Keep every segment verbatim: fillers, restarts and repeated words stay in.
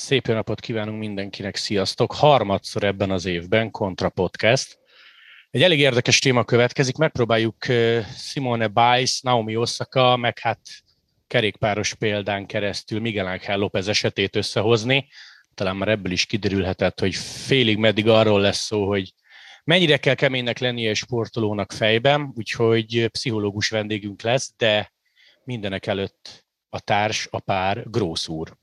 Szép jó napot kívánunk mindenkinek, sziasztok! Harmadszor ebben az évben Kontra Podcast. Egy elég érdekes téma következik, megpróbáljuk Simone Biles, Naomi Osaka, meg hát kerékpáros példán keresztül Miguel Ángel López esetét összehozni. Talán már ebből is kiderülhetett, hogy félig meddig arról lesz szó, hogy mennyire kell keménynek lennie egy sportolónak fejben, úgyhogy pszichológus vendégünk lesz, de mindenek előtt a társ, a pár, Grósz úr.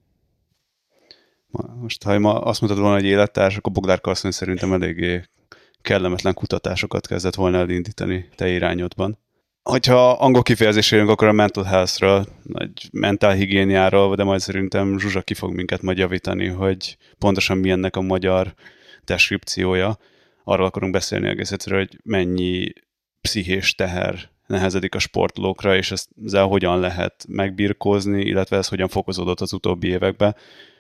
Most, ha ma azt mondtad volna, hogy élettárs, akkor Bogdárka asszony szerintem eléggé kellemetlen kutatásokat kezdett volna elindítani te irányodban. Hogyha angol kifejezésre jönk, akkor a mental health-ről, vagy mentál higiéniáról, de majd szerintem Zsuzsa ki fog minket majd javítani, hogy pontosan mi ennek a magyar deskripciója. Arról akarunk beszélni egész egyszerűen, hogy mennyi pszichés teher nehezedik a sportolókra, és ezzel hogyan lehet megbirkózni, illetve ez hogyan fokozódott az utóbbi években.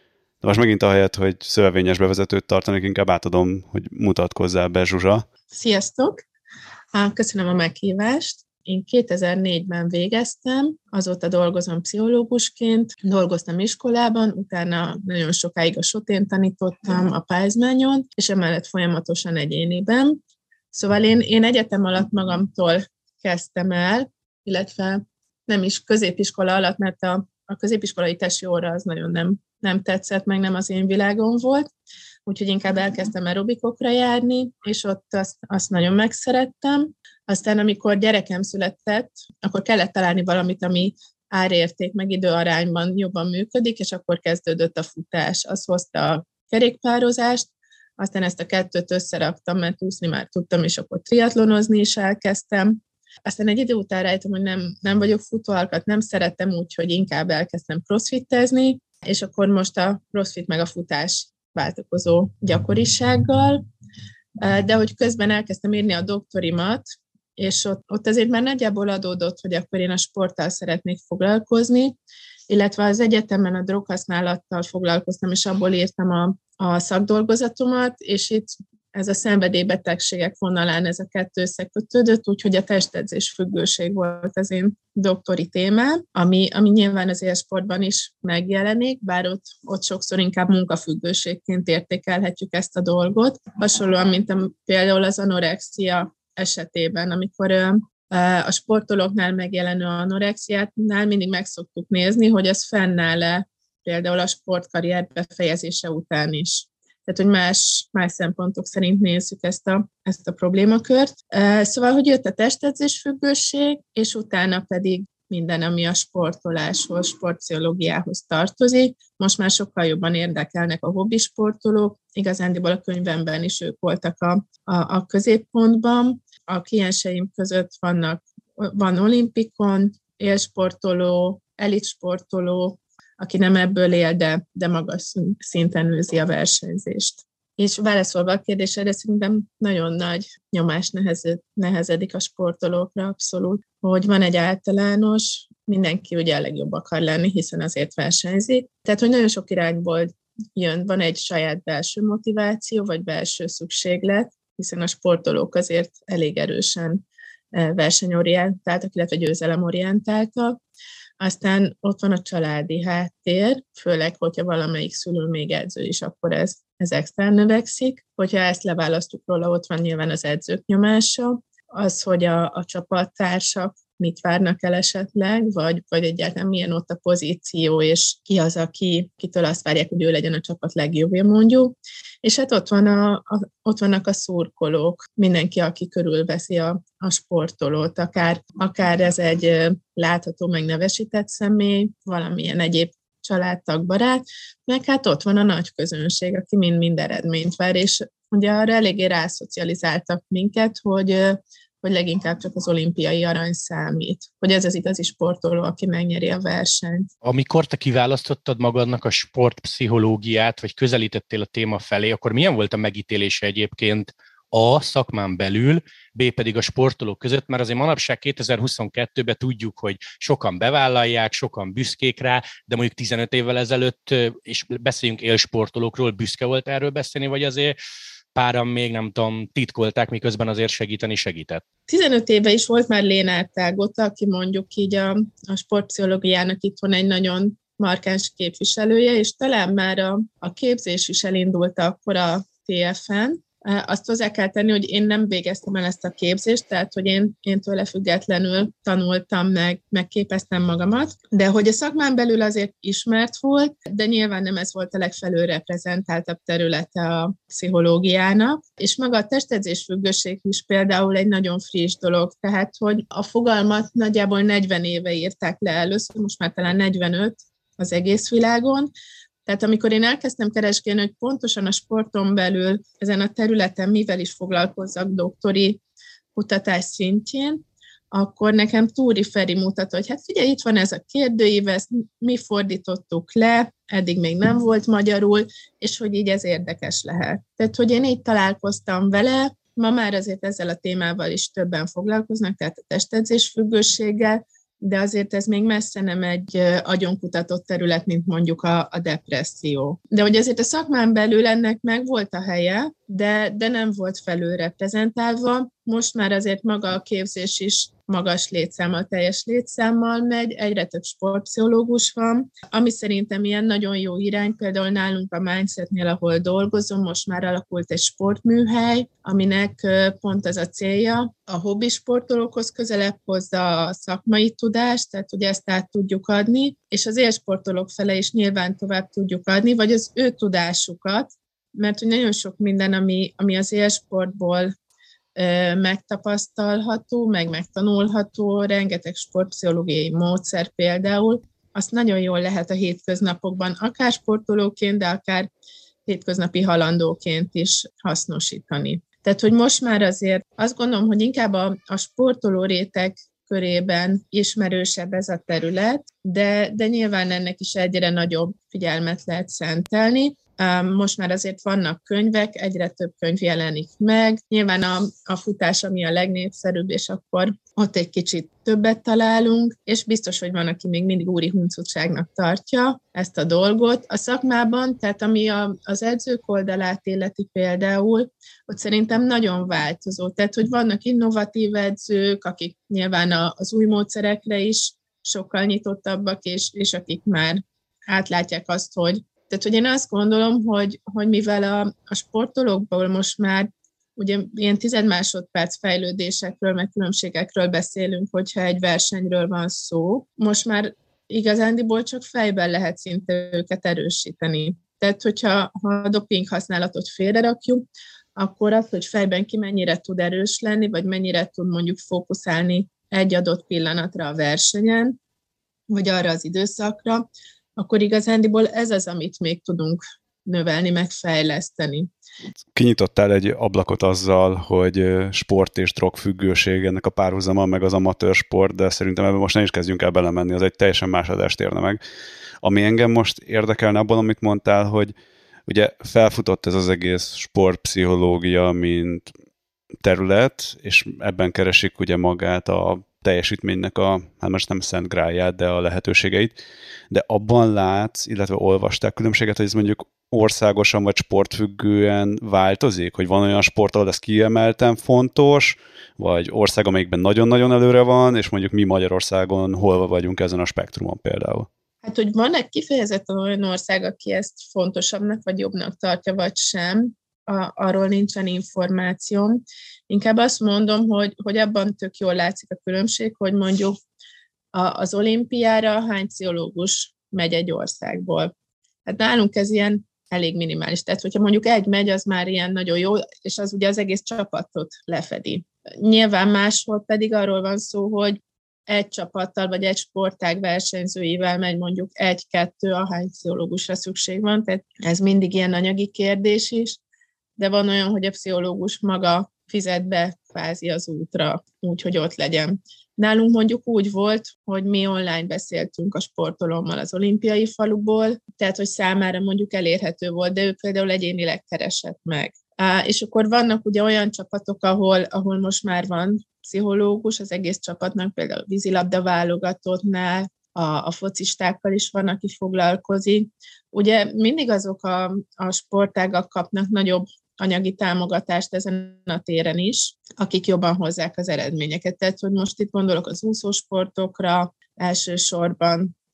De most megint ahelyett, hogy szövevényes bevezetőt tartanék, inkább átadom, hogy mutatkozzál be, Zsuzsa. Sziasztok! Köszönöm a meghívást. Én kétezer-négyben végeztem, azóta dolgozom pszichológusként, dolgoztam iskolában, utána nagyon sokáig a sotén tanítottam a Pázmányon, és emellett folyamatosan egyéniben. Szóval én, én egyetem alatt magamtól kezdtem el, illetve nem is középiskola alatt, mert a, a középiskolai tesi óra az nagyon nem nem tetszett, meg nem az én világom volt, úgyhogy inkább elkezdtem aerobikokra járni, és ott azt, azt nagyon megszerettem. Aztán, amikor gyerekem született, akkor kellett találni valamit, ami árérték meg időarányban jobban működik, és akkor kezdődött a futás. Az hozta a kerékpározást, aztán ezt a kettőt összeraktam, mert úszni már tudtam, és akkor triatlonozni is elkezdtem. Aztán egy idő után rájöttem, hogy nem, nem vagyok futóalkat, nem szeretem, úgyhogy inkább elkezdtem crossfitezni, és akkor most a crossfit meg a futás váltakozó gyakorisággal, de hogy közben elkezdtem írni a doktorimat, és ott, ott azért már nagyjából adódott, hogy akkor én a sporttal szeretnék foglalkozni, illetve az egyetemen a droghasználattal foglalkoztam, és abból írtam a, a szakdolgozatomat, és itt ez a szenvedélybetegségek vonalán ez a kettő összekötődött, úgyhogy a testedzés függőség volt az én doktori témám, ami, ami nyilván az élsportban is megjelenik, bár ott, ott sokszor inkább munkafüggőségként értékelhetjük ezt a dolgot. Hasonlóan, mint a, például az anorexia esetében, amikor a sportolóknál megjelenő anorexiátnál mindig meg szoktuk nézni, hogy az fennáll-e például a sportkarrier befejezése után is. Tehát, hogy más, más szempontok szerint nézzük ezt a, ezt a problémakört. Szóval, hogy jött a testedzés függőség, és utána pedig minden, ami a sportoláshoz, sportpszichológiához tartozik. Most már sokkal jobban érdekelnek a hobbisportolók, igazándiból a könyvemben is ők voltak a, a, a középpontban. A klienseim között vannak, van olimpikon, élsportoló, elitsportoló, aki nem ebből él, de, de magas szinten űzi a versenyzést. És válaszolva a kérdésre, szerintem nagyon nagy nyomás nehezed, nehezedik a sportolókra abszolút, hogy van egy általános, mindenki ugye a legjobb akar lenni, hiszen azért versenyzik. Tehát, hogy nagyon sok irányból jön, van egy saját belső motiváció, vagy belső szükséglet, hiszen a sportolók azért elég erősen versenyorientáltak, illetve győzelemorientáltak. Aztán ott van a családi háttér, főleg, hogyha valamelyik szülő még edző is, akkor ez, ez extrán növekszik. Hogyha ezt leválasztjuk róla, ott van nyilván az edzők nyomása, az, hogy a, a csapattársak mit várnak el esetleg, vagy, vagy egyáltalán milyen ott a pozíció, és ki az, aki, kitől azt várják, hogy ő legyen a csapat legjobbja, mondjuk. És hát ott, van a, a, ott vannak a szurkolók, mindenki, aki körülveszi a, a sportolót, akár, akár ez egy látható, megnevesített személy, valamilyen egyéb családtag, barát, meg hát ott van a nagy közönség, aki mind-mind eredményt vár, és ugye arra eléggé rászocializáltak minket, hogy hogy leginkább csak az olimpiai arany számít, hogy ez az igazi sportoló, aki megnyeri a versenyt. Amikor te kiválasztottad magadnak a sportpszichológiát, vagy közelítettél a téma felé, akkor milyen volt a megítélése egyébként A, szakmán belül, B pedig a sportolók között, mert azért manapság kétezer-huszonkettőben tudjuk, hogy sokan bevállalják, sokan büszkék rá, de mondjuk tizenöt évvel ezelőtt, és beszéljünk élsportolókról, büszke volt erről beszélni, vagy azért páran még nem tudom, titkolták, miközben azért segíteni segített. tizenöt éve is volt már Lénárd Ágota, aki mondjuk így a, a sportpszichológiának itthon egy nagyon markáns képviselője, és talán már a, a képzés is elindult akkor a té ef-en. Azt hozzá kell tenni, hogy én nem végeztem el ezt a képzést, tehát hogy én, én tőle függetlenül tanultam meg, megképeztem magamat, de hogy a szakmán belül azért ismert volt, de nyilván nem ez volt a legfelül reprezentáltabb területe a pszichológiának, és maga a testedzés függőség is például egy nagyon friss dolog, tehát hogy a fogalmat nagyjából negyven éve írták le először, most már talán negyvenöt az egész világon. Tehát amikor én elkezdtem keresgélni, hogy pontosan a sporton belül ezen a területen mivel is foglalkozzak doktori kutatás szintjén, akkor nekem Túri Feri mutatta, hogy hát figyelj, itt van ez a kérdőív, ezt mi fordítottuk le, eddig még nem volt magyarul, és hogy így ez érdekes lehet. Tehát, hogy én így találkoztam vele, ma már azért ezzel a témával is többen foglalkoznak, tehát a testedzés függőséggel, de azért ez még messze nem egy agyonkutatott terület, mint mondjuk a, a depresszió. De hogy azért a szakmán belül ennek meg volt a helye, de, de nem volt felülreprezentálva. Most már azért maga a képzés is magas létszámmal, teljes létszámmal megy, egyre több sportpszichológus van, ami szerintem ilyen nagyon jó irány, például nálunk a Mindsetnél, ahol dolgozom, most már alakult egy sportműhely, aminek pont az a célja, a hobbi sportolókhoz közelebb hozza a szakmai tudást, tehát hogy ezt át tudjuk adni, és az élsportolók fele is nyilván tovább tudjuk adni, vagy az ő tudásukat, mert hogy nagyon sok minden, ami, ami az élsportból megtapasztalható, meg megtanulható, rengeteg sportpszichológiai módszer például, azt nagyon jól lehet a hétköznapokban, akár sportolóként, de akár hétköznapi halandóként is hasznosítani. Tehát, hogy most már azért azt gondolom, hogy inkább a, a sportoló réteg körében ismerősebb ez a terület, de, de nyilván ennek is egyre nagyobb figyelmet lehet szentelni. Most már azért vannak könyvek, egyre több könyv jelenik meg. Nyilván a, a futás, ami a legnépszerűbb, és akkor ott egy kicsit többet találunk, és biztos, hogy van, aki még mindig úri huncutságnak tartja ezt a dolgot. A szakmában, tehát ami a, az edzők oldalát illeti például, ott szerintem nagyon változó. Tehát, hogy vannak innovatív edzők, akik nyilván a, az új módszerekre is sokkal nyitottabbak, és, és akik már átlátják azt, hogy Tehát, hogy én azt gondolom, hogy, hogy mivel a, a sportolókból most már ugye ilyen tized másodperc fejlődésekről, meg különbségekről beszélünk, hogyha egy versenyről van szó, most már igazándiból csak fejben lehet szinte őket erősíteni. Tehát, hogyha ha a doping használatot félrerakjuk, akkor az, hogy fejben ki mennyire tud erős lenni, vagy mennyire tud mondjuk fókuszálni egy adott pillanatra a versenyen, vagy arra az időszakra, akkor igazándiból ez az, amit még tudunk növelni, meg fejleszteni. Kinyitottál egy ablakot azzal, hogy sport és drogfüggőség, ennek a párhuzama, meg az amatőr sport, de szerintem ebben most nem is kezdjünk el belemenni, az egy teljesen más adást érne meg. Ami engem most érdekelne abban, amit mondtál, hogy ugye felfutott ez az egész sportpszichológia, mint terület, és ebben keresik ugye magát a teljesítménynek a, hát most nem szent grálját, de a lehetőségeit, de abban látsz, illetve olvasták különbséget, hogy ez mondjuk országosan vagy sportfüggően változik, hogy van olyan sport, ahol ez kiemelten fontos, vagy ország, amelyikben nagyon-nagyon előre van, és mondjuk mi Magyarországon hol vagyunk ezen a spektrumon például. Hát, hogy van-e kifejezetten olyan ország, aki ezt fontosabbnak vagy jobbnak tartja, vagy sem, a, arról nincsen információm. Inkább azt mondom, hogy, hogy abban tök jól látszik a különbség, hogy mondjuk a, az olimpiára hány pszichológus megy egy országból. Hát nálunk ez ilyen elég minimális. Tehát, hogyha mondjuk egy megy, az már ilyen nagyon jó, és az ugye az egész csapatot lefedi. Nyilván máshol pedig arról van szó, hogy egy csapattal, vagy egy sportág versenyzőivel megy mondjuk egy-kettő, ahány pszichológusra szükség van, tehát ez mindig ilyen anyagi kérdés is, de van olyan, hogy a pszichológus maga fizet be kvázi az útra, úgyhogy ott legyen. Nálunk mondjuk úgy volt, hogy mi online beszéltünk a sportolómmal az olimpiai faluból, tehát hogy számára mondjuk elérhető volt, de ő például egyénileg keresett meg. És akkor vannak ugye olyan csapatok, ahol, ahol most már van pszichológus az egész csapatnak, például a vízilabda válogatottnál, a, a focistákkal is van, aki foglalkozik. Ugye mindig azok a, a sportágak kapnak nagyobb anyagi támogatást ezen a téren is, akik jobban hozzák az eredményeket. Tehát, hogy most itt gondolok az úszósportokra elsősorban,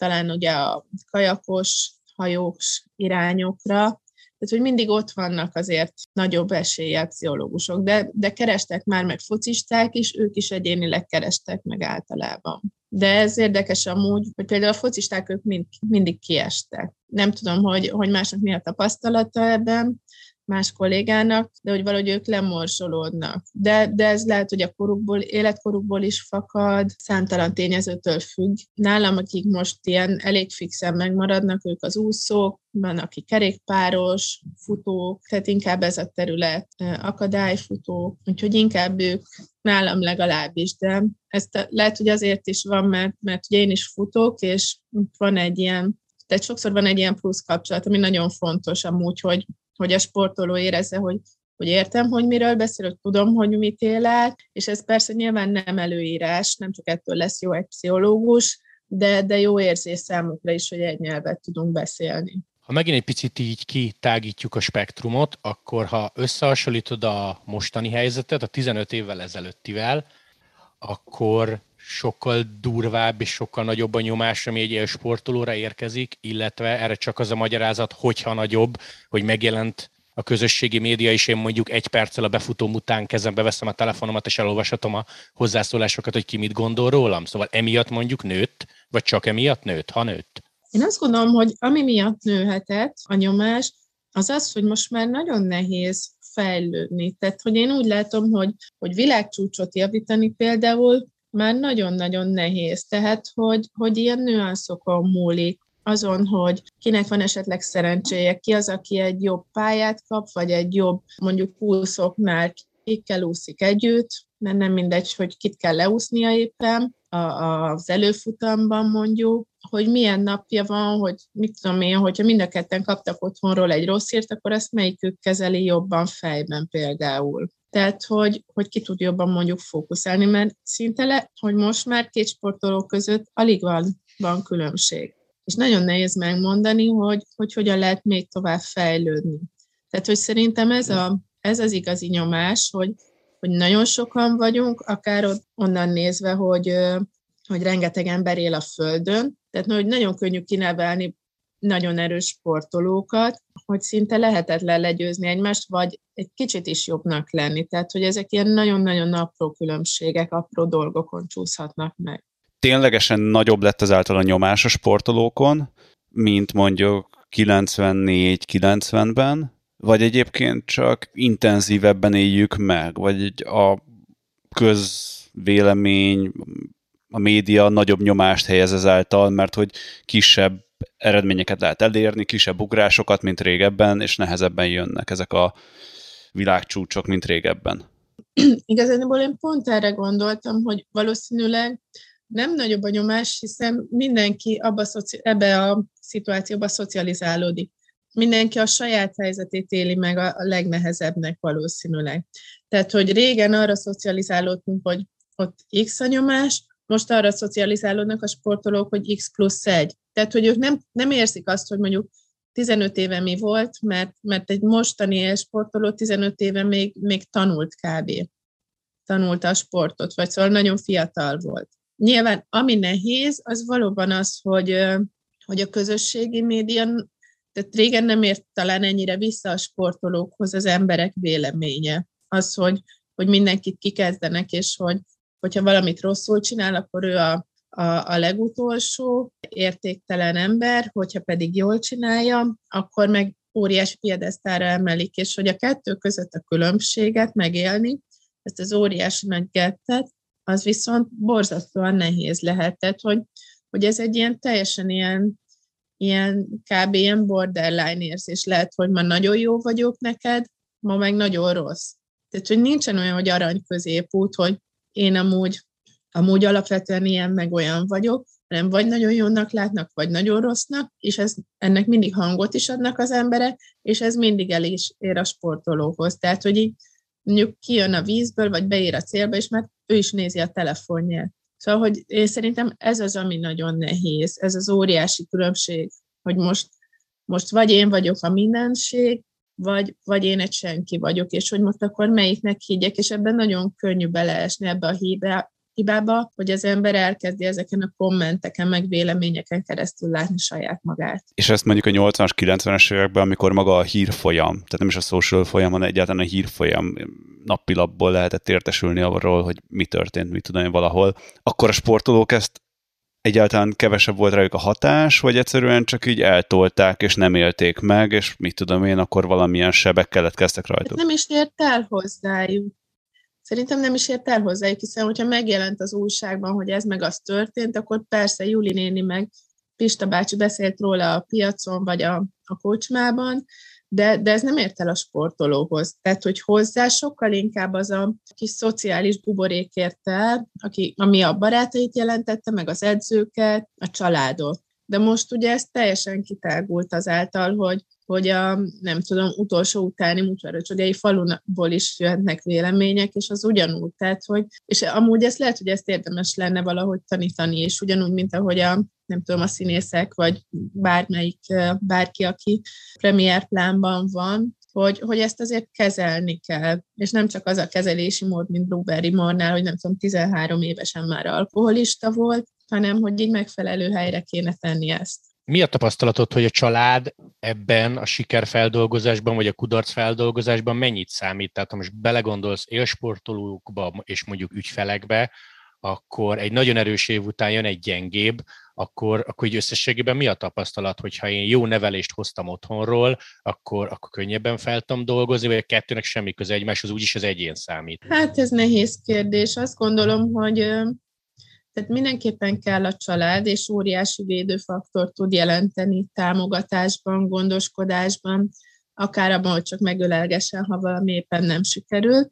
talán ugye a kajakos, hajós irányokra, tehát, hogy mindig ott vannak azért nagyobb eséllyel pszichológusok, de, de kerestek már meg focisták is, ők is egyénileg kerestek meg általában. De ez érdekes amúgy, hogy például a focisták ők mind, mindig kiestek. Nem tudom, hogy, hogy másnak mi a tapasztalata ebben, más kollégának, de hogy valahogy ők lemorzsolódnak. De, de ez lehet, hogy a korukból, életkorukból is fakad, számtalan tényezőtől függ. Nálam, akik most ilyen elég fixen megmaradnak, ők az úszók, van, aki kerékpáros, futók, tehát inkább ez a terület, akadályfutók, úgyhogy inkább ők nálam legalábbis, de ezt lehet, hogy azért is van, mert, mert ugye én is futok, és van egy ilyen, tehát sokszor van egy ilyen plusz kapcsolat, ami nagyon fontos amúgy, hogy hogy a sportoló érezze, hogy, hogy értem, hogy miről beszél, hogy tudom, hogy mit él át, és ez persze nyilván nem előírás, nem csak ettől lesz jó egy pszichológus, de, de jó érzés számukra is, hogy egy nyelvet tudunk beszélni. Ha megint egy picit így kitágítjuk a spektrumot, akkor ha összehasonlítod a mostani helyzetet a tizenöt évvel ezelőttivel, akkor sokkal durvább és sokkal nagyobb a nyomás, ami egy ilyen sportolóra érkezik, illetve erre csak az a magyarázat, hogyha nagyobb, hogy megjelent a közösségi média, és én mondjuk egy perccel a befutóm után kezembe veszem a telefonomat, és elolvashatom a hozzászólásokat, hogy ki mit gondol rólam. Szóval emiatt mondjuk nőtt, vagy csak emiatt nőtt, ha nőtt? Én azt gondolom, hogy ami miatt nőhetett a nyomás, az az, hogy most már nagyon nehéz fejlődni. Tehát, hogy én úgy látom, hogy, hogy világcsúcsot javítani például már nagyon-nagyon nehéz. Tehát, hogy, hogy ilyen nüanszokon múlik, azon, hogy kinek van esetleg szerencséje, ki az, aki egy jobb pályát kap, vagy egy jobb, mondjuk úszóknál kikkel úszik együtt, mert nem mindegy, hogy kit kell leúsznia éppen a, a, az előfutamban mondjuk, hogy milyen napja van, hogy mit tudom én, hogyha mind a ketten kaptak otthonról egy rossz hírt, akkor ezt melyikük kezeli jobban fejben például. Tehát, hogy, hogy ki tud jobban mondjuk fókuszálni, mert szinte le, hogy most már két sportoló között alig van, van különbség. És nagyon nehéz megmondani, hogy, hogy hogyan lehet még tovább fejlődni. Tehát, hogy szerintem ez, a, ez az igazi nyomás, hogy, hogy nagyon sokan vagyunk, akár onnan nézve, hogy, hogy rengeteg ember él a Földön, tehát hogy nagyon könnyű kinevelni nagyon erős sportolókat, hogy szinte lehetetlen legyőzni egymást, vagy egy kicsit is jobbnak lenni. Tehát, hogy ezek ilyen nagyon-nagyon apró különbségek, apró dolgokon csúszhatnak meg. Ténylegesen nagyobb lett ezáltal a nyomás a sportolókon, mint mondjuk kilencvennégy kilencvenben, vagy egyébként csak intenzívebben éljük meg, vagy a közvélemény, a média nagyobb nyomást helyez ezáltal, mert hogy kisebb eredményeket lehet elérni, kisebb ugrásokat, mint régebben, és nehezebben jönnek ezek a világcsúcsok, mint régebben. Igazából én pont erre gondoltam, hogy valószínűleg nem nagyobb a nyomás, hiszen mindenki abba szoci- ebbe a szituációba szocializálódik. Mindenki a saját helyzetét éli meg a legnehezebbnek valószínűleg. Tehát, hogy régen arra szocializálódtunk, hogy ott X a nyomás, most arra szocializálódnak a sportolók, hogy X plusz egy. Tehát, hogy ők nem, nem érzik azt, hogy mondjuk tizenöt éve mi volt, mert, mert egy mostani sportoló tizenöt éve még, még tanult kb. Tanulta a sportot, vagy szóval nagyon fiatal volt. Nyilván, ami nehéz, az valóban az, hogy, hogy a közösségi média, tehát régen nem ért talán ennyire vissza a sportolókhoz az emberek véleménye. Az, hogy, hogy mindenkit kikezdenek, és hogy hogyha valamit rosszul csinál, akkor ő a, a, a legutolsó értéktelen ember, hogyha pedig jól csinálja, akkor meg óriási piedesztára emelik, és hogy a kettő között a különbséget megélni, ezt az óriási nagy gettet, az viszont borzasztóan nehéz lehet. Tehát, hogy, hogy ez egy ilyen teljesen ilyen, ilyen kb. Ilyen borderline érzés lehet, hogy ma nagyon jó vagyok neked, ma meg nagyon rossz. Tehát, hogy nincsen olyan, hogy arany középút, hogy én amúgy, amúgy alapvetően ilyen meg olyan vagyok, hanem vagy nagyon jónak látnak, vagy nagyon rossznak, és ez, ennek mindig hangot is adnak az emberek, és ez mindig el is ér a sportolóhoz. Tehát, hogy így mondjuk kijön a vízből, vagy beér a célba, és már ő is nézi a telefonját. Szóval, hogy én szerintem ez az, ami nagyon nehéz, ez az óriási különbség, hogy most, most vagy én vagyok a mindenség, vagy, vagy én egy senki vagyok, és hogy most akkor melyiknek higgyek, és ebben nagyon könnyű beleesni ebbe a híbe, hibába, hogy az ember elkezdi ezeken a kommenteken, meg véleményeken keresztül látni saját magát. És ezt mondjuk a nyolcvanas, kilencvenes években, amikor maga a hírfolyam, tehát nem is a social folyam, hanem egyáltalán a hírfolyam nappilapból lehetett értesülni arról, hogy mi történt, mit tudom én valahol, akkor a sportolók ezt egyáltalán kevesebb volt rájuk a hatás, vagy egyszerűen csak így eltolták, és nem élték meg, és mit tudom én, akkor valamilyen sebek keletkeztek rajtuk. Nem is ért el hozzájuk. Szerintem nem is ért el hozzájuk, hiszen hogyha megjelent az újságban, hogy ez meg az történt, akkor persze Juli néni meg Pista bácsi beszélt róla a piacon, vagy a, a kocsmában, de, de ez nem ért el a sportolóhoz. Tehát, hogy hozzá sokkal inkább az a kis szociális buborék ért el, aki, ami a barátait jelentette, meg az edzőket, a családot. De most ugye ez teljesen kitágult azáltal, hogy, hogy a, nem tudom, utolsó utáni Mutyvaröcsögei faluból is jöhetnek vélemények, és az ugyanúgy. Tehát, hogy, és amúgy ezt lehet, hogy ezt érdemes lenne valahogy tanítani, és ugyanúgy, mint ahogy a nem tudom, a színészek, vagy bármelyik, bárki, aki premier plánban van, hogy, hogy ezt azért kezelni kell. És nem csak az a kezelési mód, mint Blueberry Mornál, hogy nem tudom, tizenhárom évesen már alkoholista volt, hanem hogy így megfelelő helyre kéne tenni ezt. Mi a tapasztalatod, hogy a család ebben a sikerfeldolgozásban, vagy a kudarcfeldolgozásban mennyit számít? Tehát ha most belegondolsz élsportolókba és mondjuk ügyfelekbe, akkor egy nagyon erős év után jön egy gyengébb, akkor, akkor így összességében mi a tapasztalat, hogyha én jó nevelést hoztam otthonról, akkor, akkor könnyebben fel tudom dolgozni, vagy a kettőnek semmi köze egymáshoz, úgyis az egyén számít? Hát ez nehéz kérdés. Azt gondolom, hogy tehát mindenképpen kell a család, és óriási védőfaktort tud jelenteni támogatásban, gondoskodásban, akár abban, hogy csak megölelgessen, ha valami éppen nem sikerül.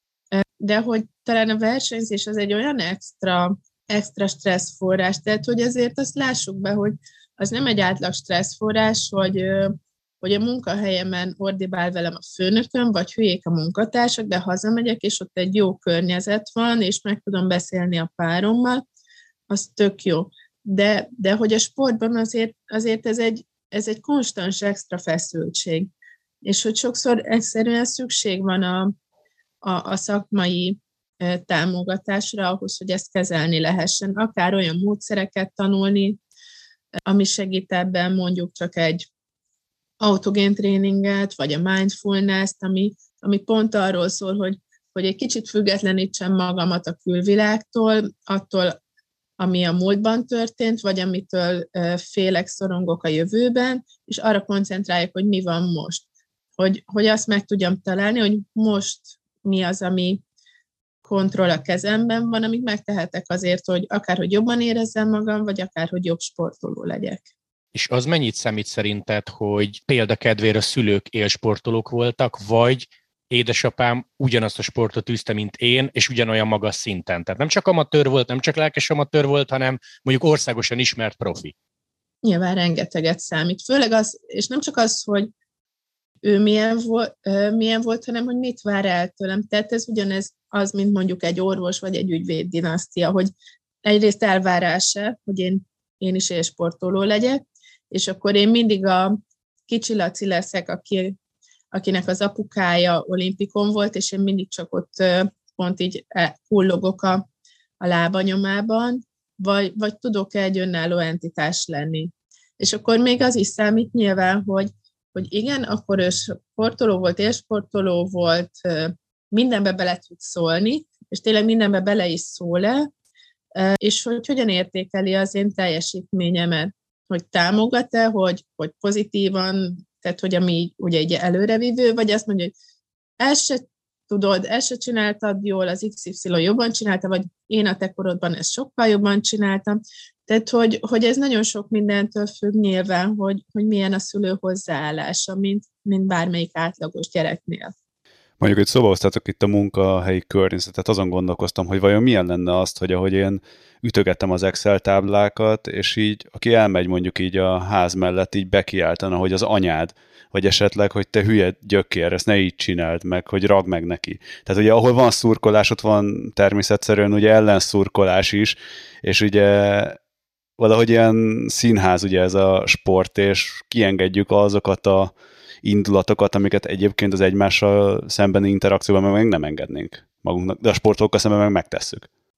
De hogy talán a versenyzés az egy olyan extra, extra stresszforrás, tehát hogy azért azt lássuk be, hogy az nem egy átlag stresszforrás, hogy, hogy a munkahelyemen ordibál velem a főnököm, vagy hülyék a munkatársak, de hazamegyek, és ott egy jó környezet van, és meg tudom beszélni a párommal, az tök jó. De, de hogy a sportban azért, azért ez, egy, ez egy konstans extra feszültség. És hogy sokszor egyszerűen szükség van a A, a szakmai támogatásra ahhoz, hogy ezt kezelni lehessen. Akár olyan módszereket tanulni, ami segít ebben, mondjuk csak egy autogén tréninget, vagy a mindfulness-t, ami, ami pont arról szól, hogy, hogy egy kicsit függetlenítsem magamat a külvilágtól, attól, ami a múltban történt, vagy amitől félek, szorongok a jövőben, és arra koncentráljak, hogy mi van most. Hogy, hogy azt meg tudjam találni, hogy most mi az, ami kontroll a kezemben van, amit megtehetek azért, hogy akárhogy jobban érezzem magam, vagy akárhogy jobb sportoló legyek. És az mennyit számít szerinted, hogy példakedvére a szülők élsportolók voltak, vagy édesapám ugyanazt a sportot űzte, mint én, és ugyanolyan magas szinten. Tehát nem csak amatőr volt, nem csak lelkes amatőr volt, hanem mondjuk országosan ismert profi. Nyilván rengeteget számít. Főleg az, és nem csak az, hogy ő milyen volt, milyen volt, hanem hogy mit vár el tőlem. Tehát ez ugyanez az, mint mondjuk egy orvos vagy egy ügyvéd dinasztia, hogy egyrészt elvárása, hogy én, én is élsportoló legyek, és akkor én mindig a kicsi Laci leszek, aki, akinek az apukája olimpikon volt, és én mindig csak ott pont így hullogok a, a lábanyomában, vagy, vagy tudok egy önálló entitás lenni. És akkor még az is számít nyilván, hogy hogy igen, akkor ő sportoló volt, élsportoló volt, mindenbe bele tud szólni, és tényleg mindenbe bele is szól-e, és hogy hogyan értékeli az én teljesítményemet, hogy támogat-e, hogy, hogy pozitívan, tehát hogy ami ugye egy előrevívő, vagy azt mondja, hogy ezt se tudod, ezt se csináltad jól, az iksz ipszilon jobban csinálta, vagy én a te korodban ezt sokkal jobban csináltam. Tehát, hogy, hogy ez nagyon sok mindentől függ nyilván, hogy, hogy milyen a szülő hozzáállása, mint, mint bármelyik átlagos gyereknél. Mondjuk, hogy szóba hoztátok itt a munkahelyi környezetet, azon gondolkoztam, hogy vajon milyen lenne azt, hogy ahogy én ütögettem az Excel táblákat, és így, aki elmegy mondjuk így a ház mellett, így bekiáltana, hogy az anyád, vagy esetleg, hogy te hülye gyökér, ezt ne így csináld meg, hogy ragd meg neki. Tehát ugye ahol van szurkolás, ott van természetszerűen ugye ellenszurkolás is, és ugye valahogy ilyen színház ugye ez a sport, és kiengedjük azokat a indulatokat, amiket egyébként az egymással szembeni interakcióban meg nem engednénk magunknak, de a sportolókkal szemben meg megtesszük.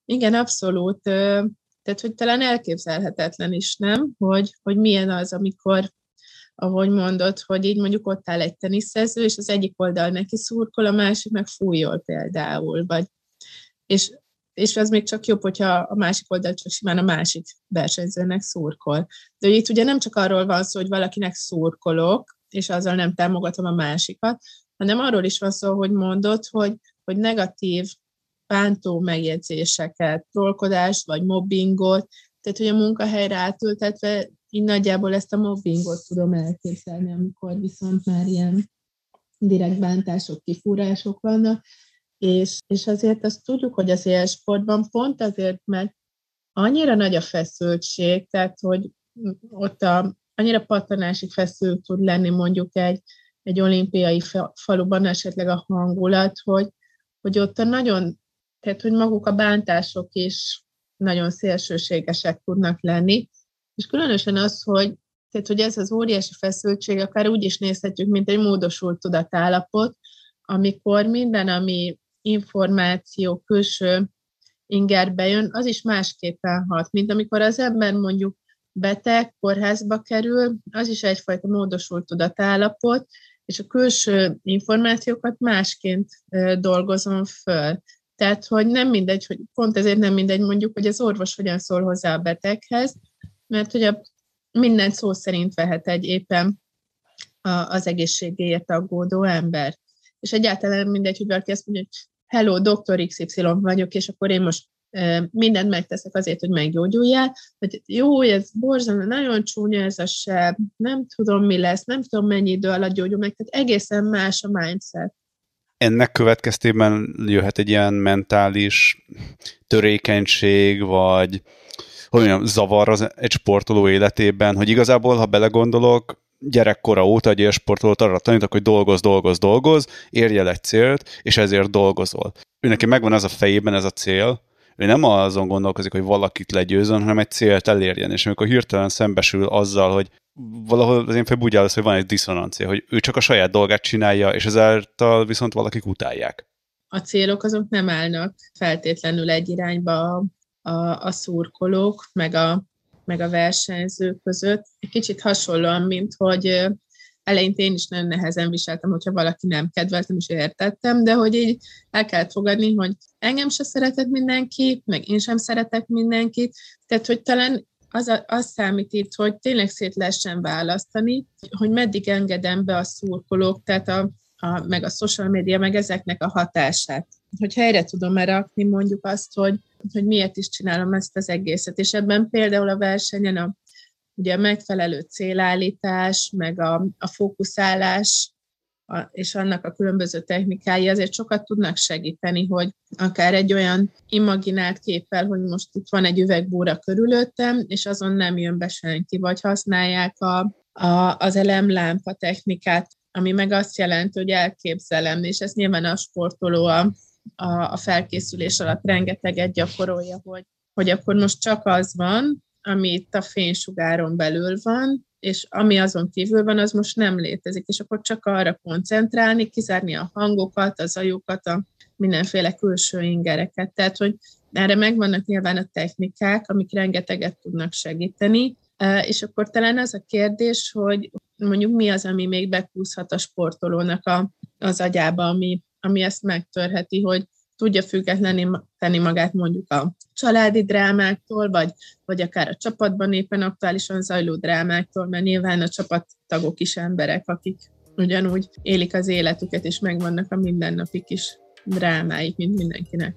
Igen, abszolút. Tehát, hogy talán elképzelhetetlen is, nem? Hogy, hogy milyen az, amikor, ahogy mondod, hogy így mondjuk ott áll egy teniszező, és az egyik oldal neki szurkol, a másik meg fújol például, vagy és, és az még csak jobb, hogyha a másik oldal csak simán a másik versenyzőnek szurkol. De itt ugye nem csak arról van szó, hogy valakinek szurkolok, és azzal nem támogatom a másikat, hanem arról is van szó, hogy mondod, hogy, hogy negatív bántó megjegyzéseket, trollkodást vagy mobbingot, tehát hogy a munkahelyre átültetve így nagyjából ezt a mobbingot tudom elképzelni, amikor viszont már ilyen direkt bántások, kifúrások vannak, és, és azért azt tudjuk, hogy az élsportban pont azért, mert annyira nagy a feszültség, tehát hogy ott a, annyira pattanásig feszült tud lenni mondjuk egy, egy olimpiai faluban esetleg a hangulat, hogy, hogy ott a nagyon, tehát hogy maguk a bántások is nagyon szélsőségesek tudnak lenni, és különösen az, hogy, tehát, hogy ez az óriási feszültség akár úgy is nézhetjük, mint egy módosult tudatállapot, amikor minden, ami információ, külső inger bejön, az is másképpen hat, mint amikor az ember mondjuk beteg, kórházba kerül, az is egyfajta módosult tudatállapot, és a külső információkat másként dolgozom föl. Tehát, hogy nem mindegy, hogy pont ezért nem mindegy mondjuk, hogy az orvos hogyan szól hozzá a beteghez, mert hogy a minden szó szerint vehet egy éppen a, az egészségéért aggódó ember. És egyáltalán mindegy, hogy valaki azt mondja, hogy hello, doktor iksz ipszilon vagyok, és akkor én most e, mindent megteszek azért, hogy meggyógyuljál, hogy jó, ez borzalmas, nagyon csúnya ez a seb, nem tudom, mi lesz, nem tudom, mennyi idő alatt gyógyul meg, tehát egészen más a mindset. Ennek következtében jöhet egy ilyen mentális törékenység, vagy hogy mondjam, zavar az egy sportoló életében, hogy igazából, ha belegondolok, gyerekkora óta egy sportolót arra tanítok, hogy dolgoz, dolgoz, dolgoz, érj el egy célt, és ezért dolgozol. Ő neki megvan az a fejében ez a cél, ő nem azon gondolkozik, hogy valakit legyőzön, hanem egy célt elérjen, és amikor hirtelen szembesül azzal, hogy valahol az én fejben úgy áll az, hogy van egy diszonancia, hogy ő csak a saját dolgát csinálja, és ezáltal viszont valakik utálják. A célok azok nem állnak feltétlenül egy irányba a, a, a szurkolók, meg a, meg a versenyzők között. Egy kicsit hasonlóan, mint hogy eleinte én is nagyon nehezen viseltem, hogyha valaki nem kedveltem, és értettem, de hogy így el kellett fogadni, hogy engem se szeretett mindenki, meg én sem szeretek mindenkit, tehát hogy talán az, a, az számít itt, hogy tényleg szét lehessen választani, hogy meddig engedem be a szurkolók, tehát a, a, meg a social media, meg ezeknek a hatását. Hogy helyre tudom rakni mondjuk azt, hogy, hogy miért is csinálom ezt az egészet. És ebben például a versenyen a, ugye a megfelelő célállítás, meg a, a fókuszálás, a, és annak a különböző technikái azért sokat tudnak segíteni, hogy akár egy olyan imaginált képpel, hogy most itt van egy üvegbúra körülöttem, és azon nem jön be senki, vagy használják a, a, az elemlámpa technikát, ami meg azt jelenti, hogy elképzelem, és ez nyilván a sportoló a, a, a felkészülés alatt rengeteget gyakorolja, hogy, hogy akkor most csak az van, ami itt a fénysugáron belül van, és ami azon kívül van, az most nem létezik, és akkor csak arra koncentrálni, kizárni a hangokat, az zajokat, a mindenféle külső ingereket. Tehát, hogy erre megvannak nyilván a technikák, amik rengeteget tudnak segíteni, és akkor talán az a kérdés, hogy mondjuk mi az, ami még bekúszhat a sportolónak a, az agyába, ami, ami ezt megtörheti, hogy tudja függetlenni tenni magát mondjuk a családi drámáktól, vagy, vagy akár a csapatban éppen aktuálisan zajló drámáktól, mert nyilván a csapattagok is emberek, akik ugyanúgy élik az életüket, és megvannak a mindennapi kis drámáik, mint mindenkinek.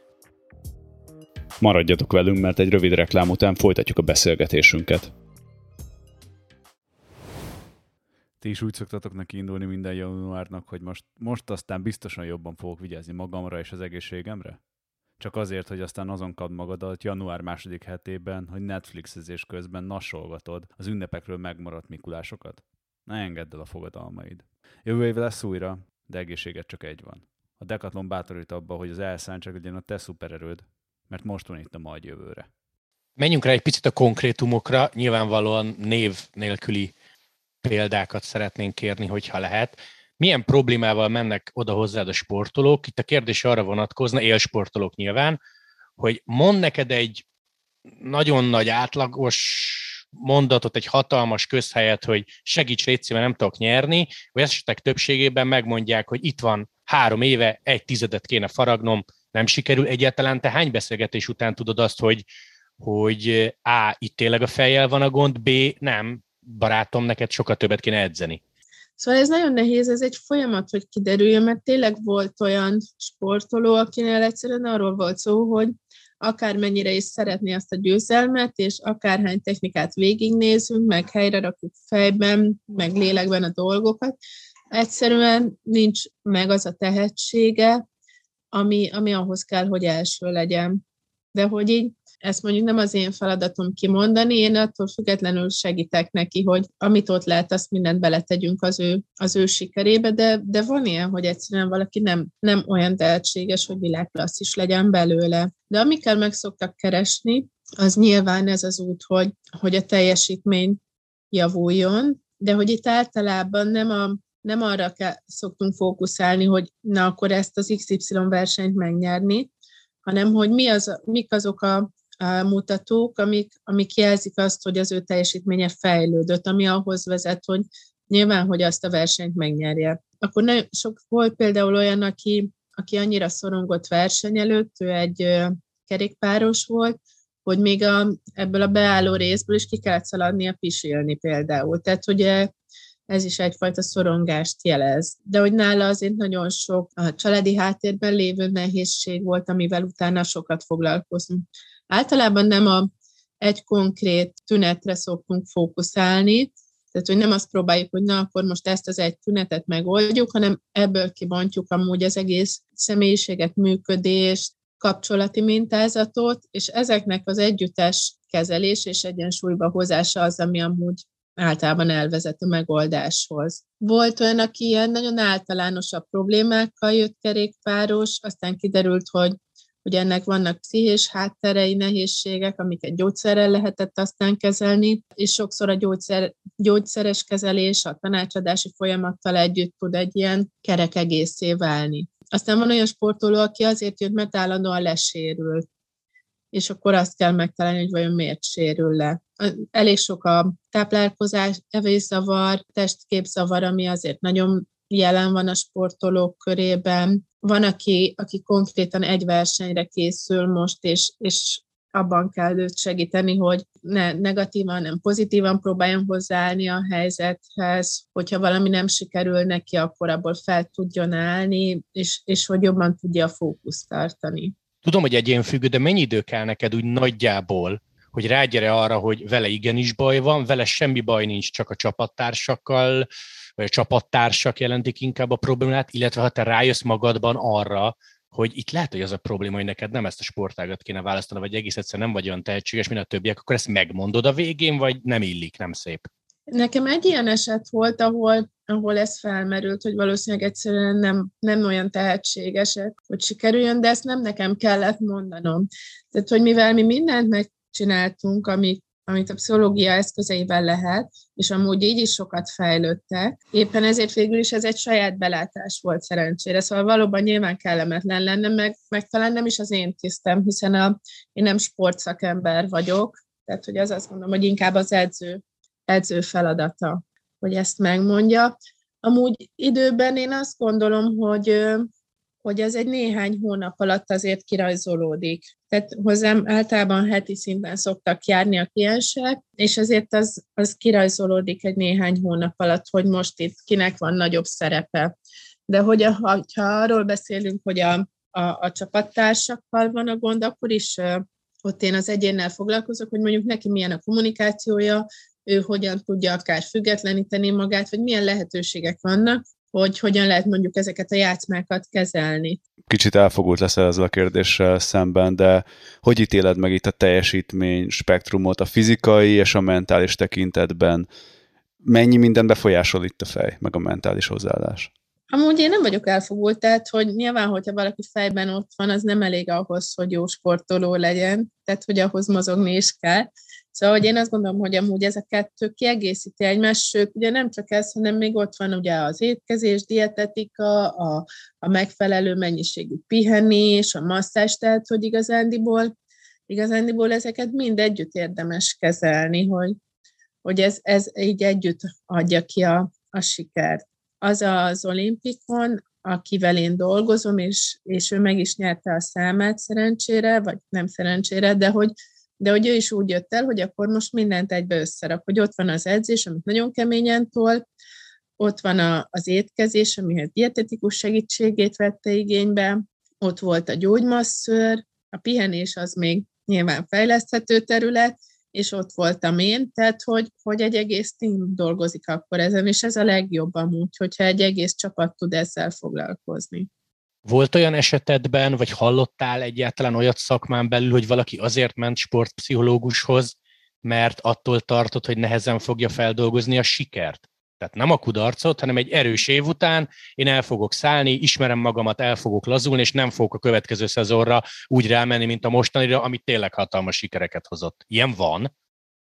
Maradjatok velünk, mert egy rövid reklám után folytatjuk a beszélgetésünket. Ti is úgy szoktatok neki indulni minden januárnak, hogy most, most aztán biztosan jobban fogok vigyázni magamra és az egészségemre? Csak azért, hogy aztán azon kapd magadat január második hetében, hogy Netflixezés közben nasolgatod az ünnepekről megmaradt Mikulásokat? Ne engedd el a fogadalmaid. Jövő év lesz újra, de egészséged csak egy van. A Decathlon bátorít abba, hogy az elszántság legyen a te szupererőd, mert most van itt a majd jövőre. Menjünk rá egy picit a konkrétumokra, nyilvánvalóan név nélküli példákat szeretnénk kérni, hogyha lehet. Milyen problémával mennek oda hozzád a sportolók? Itt a kérdés arra vonatkozna, élsportolók nyilván, hogy mond neked egy nagyon nagy átlagos mondatot, egy hatalmas közhelyet, hogy segíts légy, mert nem tudok nyerni, vagy esetek többségében megmondják, hogy itt van három éve, egy tizedet kéne faragnom, nem sikerül egyáltalán. Te hány beszélgetés után tudod azt, hogy, hogy A, itt tényleg a fejjel van a gond, B, nem, barátom, neked sokkal többet kéne edzeni. Szóval ez nagyon nehéz, ez egy folyamat, hogy kiderüljön, mert tényleg volt olyan sportoló, akinél egyszerűen arról volt szó, hogy akármennyire is szeretné azt a győzelmet, és akárhány technikát végignézünk, meg helyre rakjuk fejben, meg lélekben a dolgokat, egyszerűen nincs meg az a tehetsége, ami, ami ahhoz kell, hogy első legyen. De hogy így, ezt mondjuk nem az én feladatom kimondani, én attól függetlenül segítek neki, hogy amit ott lehet, azt mindent beletegyünk az ő, az ő sikerébe, de, de van ilyen, hogy egyszerűen valaki nem, nem olyan tehetséges, hogy világklasszis legyen belőle. De amikkel meg szoktak keresni, az nyilván ez az út, hogy, hogy a teljesítmény javuljon, de hogy itt általában nem, a, nem arra kell, szoktunk fókuszálni, hogy na akkor ezt az iksz ipszilon versenyt megnyerni, hanem hogy mi az, mik azok a a mutatók, amik, amik jelzik azt, hogy az ő teljesítménye fejlődött, ami ahhoz vezet, hogy nyilván, hogy azt a versenyt megnyerje. Akkor nagyon sok volt például olyan, aki, aki annyira szorongott verseny előtt, ő egy ö, kerékpáros volt, hogy még a, ebből a beálló részből is ki kellett szaladnia pisilni például. Tehát ugye ez is egyfajta szorongást jelez. De hogy nála azért nagyon sok a családi háttérben lévő nehézség volt, amivel utána sokat foglalkozunk. Általában nem a egy konkrét tünetre szoktunk fókuszálni, tehát hogy nem azt próbáljuk, hogy na, akkor most ezt az egy tünetet megoldjuk, hanem ebből kibontjuk amúgy az egész személyiséget, működést, kapcsolati mintázatot, és ezeknek az együttes kezelés és egyensúlyba hozása az, ami amúgy általában elvezet a megoldáshoz. Volt olyan, aki ilyen nagyon általánosabb problémákkal jött kerékpáros, aztán kiderült, hogy hogy ennek vannak pszichés hátterei, nehézségek, amiket gyógyszerrel lehetett aztán kezelni, és sokszor a gyógyszer, gyógyszeres kezelés a tanácsadási folyamattal együtt tud egy ilyen kerek egészé válni. Aztán van olyan sportoló, aki azért jött, mert állandóan lesérül, és akkor azt kell megtalálni, hogy vajon miért sérül le. Elég sok a táplálkozás, evészavar, testképzavar, ami azért nagyon jelen van a sportolók körében. Van, aki, aki konkrétan egy versenyre készül most, és, és abban kell őt segíteni, hogy ne negatívan, nem pozitívan próbáljon hozzáállni a helyzethez, hogyha valami nem sikerül neki, akkor abból fel tudjon állni, és, és hogy jobban tudja a fókuszt tartani. Tudom, hogy egyénfüggő, de mennyi idő kell neked úgy nagyjából, hogy rágyere arra, hogy vele igenis baj van, vele semmi baj nincs, csak a csapattársakkal, vagy a csapattársak jelentik inkább a problémát, illetve ha te rájössz magadban arra, hogy itt lehet, hogy az a probléma, hogy neked nem ezt a sportágat kéne választani, vagy egész egyszerűen nem vagy olyan tehetséges, mint a többiek, akkor ezt megmondod a végén, vagy nem illik, nem szép? Nekem egy ilyen eset volt, ahol, ahol ez felmerült, hogy valószínűleg egyszerűen nem, nem olyan tehetségesek, hogy sikerüljön, de ezt nem nekem kellett mondanom. Tehát, hogy mivel mi mindent megcsináltunk, amit amit a pszichológia eszközeivel lehet, és amúgy így is sokat fejlődtek. Éppen ezért végül is ez egy saját belátás volt szerencsére. Szóval valóban nyilván kellemetlen lenne, meg, meg talán nem is az én tisztem, hiszen a, én nem sportszakember vagyok, tehát hogy az azt mondom, hogy inkább az edző, edző feladata, hogy ezt megmondja. Amúgy időben én azt gondolom, hogy hogy ez egy néhány hónap alatt azért kirajzolódik. Tehát hozzám általában heti szinten szoktak járni a kliensek, és azért az, az kirajzolódik egy néhány hónap alatt, hogy most itt kinek van nagyobb szerepe. De hogy a, ha arról beszélünk, hogy a, a, a csapattársakkal van a gond, akkor is uh, ott én az egyénnel foglalkozok, hogy mondjuk neki milyen a kommunikációja, ő hogyan tudja akár függetleníteni magát, vagy milyen lehetőségek vannak, hogy hogyan lehet mondjuk ezeket a játszmákat kezelni. Kicsit elfogult leszel ezzel a kérdéssel szemben, de hogy ítéled meg itt a teljesítmény spektrumot a fizikai és a mentális tekintetben? Mennyi minden befolyásol itt a fej, meg a mentális hozzáállás? Amúgy én nem vagyok elfogult, tehát hogy nyilván, hogyha valaki fejben ott van, az nem elég ahhoz, hogy jó sportoló legyen, tehát hogy ahhoz mozogni is kell. Szóval hogy én azt gondolom, hogy amúgy ez a kettő kiegészíti egymást, sőt, ugye nem csak ez, hanem még ott van ugye az étkezés, dietetika, a, a megfelelő mennyiségű pihenés, a masszázs, tehát hogy igazándiból, igazándiból ezeket mind együtt érdemes kezelni, hogy, hogy ez, ez így együtt adja ki a, a sikert. Az az olimpikon, akivel én dolgozom, és, és ő meg is nyerte a számát szerencsére, vagy nem szerencsére, de hogy, de hogy ő is úgy jött el, hogy akkor most mindent egybe összerak, hogy ott van az edzés, amit nagyon keményen tol, ott van a, az étkezés, amihez dietetikus segítségét vette igénybe, ott volt a gyógymasszőr, a pihenés az még nyilván fejleszthető terület, és ott voltam én, tehát hogy, hogy egy egész tím dolgozik akkor ezen, és ez a legjobb amúgy, hogyha egy egész csapat tud ezzel foglalkozni. Volt olyan esetedben, vagy hallottál egyáltalán olyat szakmán belül, hogy valaki azért ment sportpszichológushoz, mert attól tartott, hogy nehezen fogja feldolgozni a sikert? Tehát nem a kudarcot, hanem egy erős év után én el fogok szállni, ismerem magamat, el fogok lazulni, és nem fogok a következő szezonra úgy rámenni, mint a mostanira, amit tényleg hatalmas sikereket hozott. Ilyen van?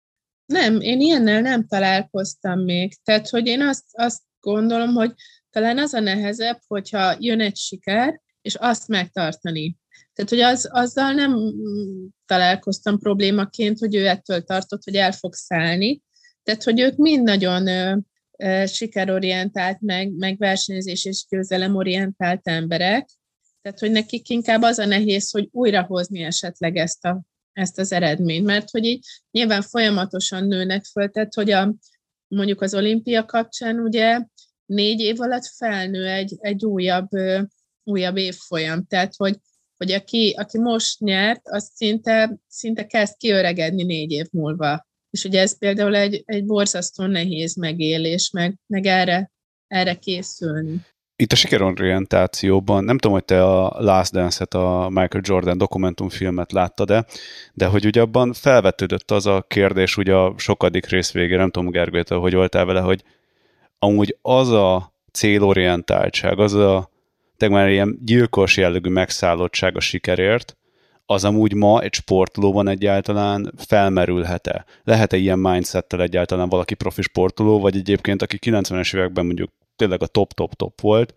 Nem, én ilyennel nem találkoztam még. Tehát, hogy én azt, azt gondolom, hogy talán az a nehezebb, hogyha jön egy siker, és azt megtartani. Tehát, hogy az, azzal nem találkoztam problémaként, hogy ő ettől tartott, hogy el fog szállni. Tehát, hogy ők mind nagyon ö, ö, sikerorientált, meg, meg versenyzés és győzelemorientált emberek. Tehát, hogy nekik inkább az a nehéz, hogy újrahozni esetleg ezt, a, ezt az eredményt. Mert hogy így nyilván folyamatosan nőnek föl, tehát, hogy a, mondjuk az olimpia kapcsán ugye négy év alatt felnő egy, egy újabb, ö, újabb évfolyam. Tehát, hogy hogy aki, aki most nyert, az szinte, szinte kezd kiöregedni négy év múlva. És ugye ez például egy, egy borzasztó nehéz megélés, meg, meg erre, erre készülni. Itt a sikerorientációban, nem tudom, hogy te a Last Dance-et, a Michael Jordan dokumentumfilmet láttad-e, de hogy ugye abban felvetődött az a kérdés, ugye a sokadik rész végén, nem tudom, Gergő, te hogy voltál vele, hogy amúgy az a célorientáltság, az a tényleg már ilyen gyilkos jellegű megszállottság a sikerért, az amúgy ma egy sportolóban egyáltalán felmerülhet-e? Lehet-e ilyen mindsettel egyáltalán valaki profi sportoló, vagy egyébként, aki kilencvenes években mondjuk tényleg a top-top-top volt,